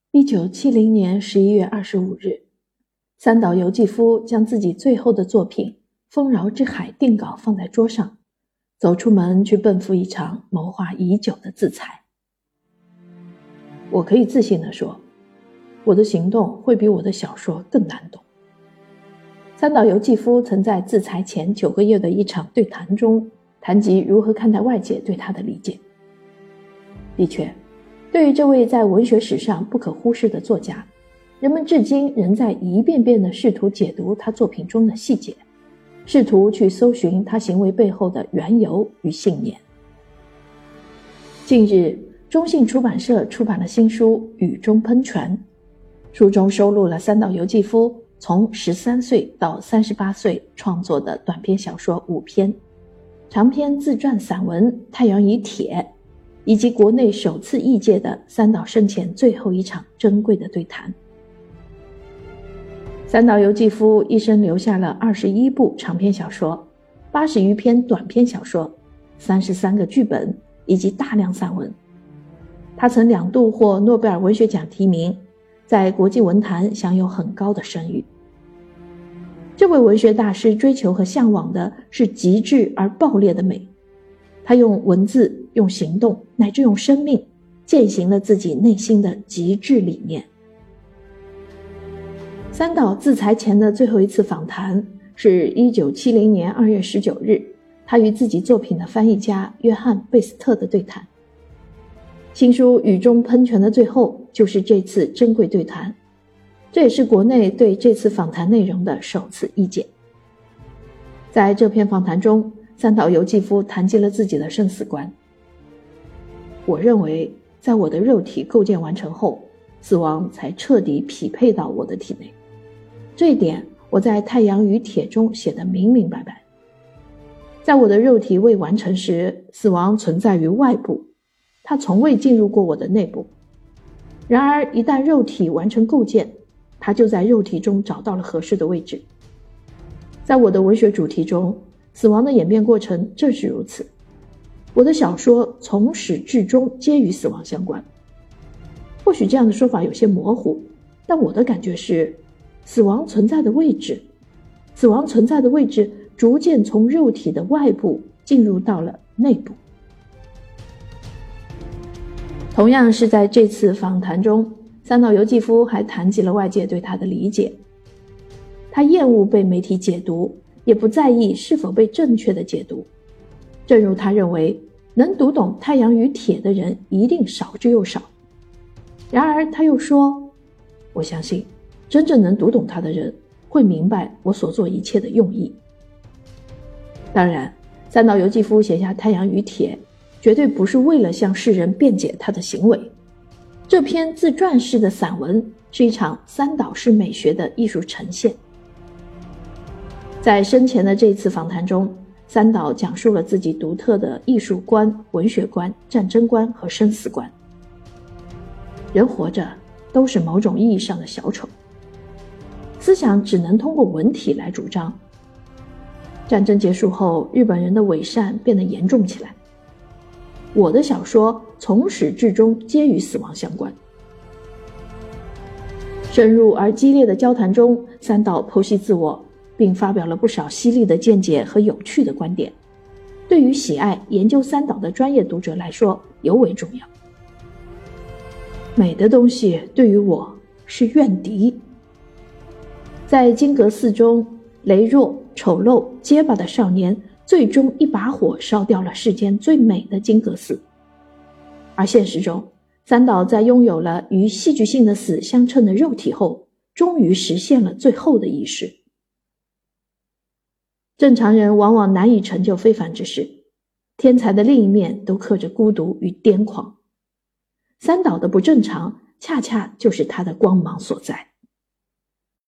1970年11月25日，三岛由纪夫将自己最后的作品《丰饶之海》定稿放在桌上，走出门去奔赴一场谋划已久的自裁。我可以自信地说，我的行动会比我的小说更难懂。三岛由纪夫曾在自裁前9个月的一场对谈中谈及如何看待外界对他的理解。的确，对于这位在文学史上不可忽视的作家，人们至今仍在一遍遍地试图解读他作品中的细节，试图去搜寻他行为背后的缘由与信念。近日，中信出版社出版了新书《雨中喷泉》，书中收录了三岛由纪夫从13岁到38岁创作的短篇小说5篇，长篇自传散文《太阳与铁》，以及国内首次译介的三岛生前最后一场珍贵的对谈。三岛由纪夫一生留下了21部长篇小说、80余篇短篇小说、33个剧本以及大量散文。他曾2度获诺贝尔文学奖提名，在国际文坛享有很高的声誉。这位文学大师追求和向往的是极致而爆裂的美，他用文字、用行动乃至用生命践行了自己内心的极致理念。三岛自裁前的最后一次访谈是1970年2月19日，他与自己作品的翻译家约翰·贝斯特的对谈。新书《雨中喷泉》的最后就是这次珍贵对谈，这也是国内对这次访谈内容的首次译介。在这篇访谈中，三岛由纪夫谈及了自己的生死观。我认为，在我的肉体构建完成后，死亡才彻底匹配到我的体内。这一点我在《太阳与铁》中写得明明白白。在我的肉体未完成时，死亡存在于外部，它从未进入过我的内部。然而一旦肉体完成构建，它就在肉体中找到了合适的位置。在我的文学主题中，死亡的演变过程正是如此。我的小说从始至终皆与死亡相关。或许这样的说法有些模糊，但我的感觉是，死亡存在的位置逐渐从肉体的外部进入到了内部。同样是在这次访谈中，三岛由纪夫还谈及了外界对他的理解。他厌恶被媒体解读，也不在意是否被正确的解读。正如他认为，能读懂《太阳与铁》的人一定少之又少。然而他又说，我相信真正能读懂他的人会明白我所做一切的用意。当然，三岛由纪夫写下《太阳与铁》绝对不是为了向世人辩解他的行为。这篇自传式的散文是一场三岛式美学的艺术呈现。在生前的这次访谈中，三岛讲述了自己独特的艺术观、文学观、战争观和生死观。人活着都是某种意义上的小丑，思想只能通过文体来主张。战争结束后，日本人的伪善变得严重起来。我的小说从始至终皆与死亡相关。深入而激烈的交谈中，三岛剖析自我，并发表了不少犀利的见解和有趣的观点，对于喜爱研究三岛的专业读者来说尤为重要。美的东西对于我是怨敌。在金阁寺中，羸弱、丑陋、结巴的少年最终一把火烧掉了世间最美的金阁寺。而现实中，三岛在拥有了与戏剧性的死相称的肉体后，终于实现了最后的仪式。正常人往往难以成就非凡之事，天才的另一面都刻着孤独与癫狂。三岛的不正常，恰恰就是他的光芒所在。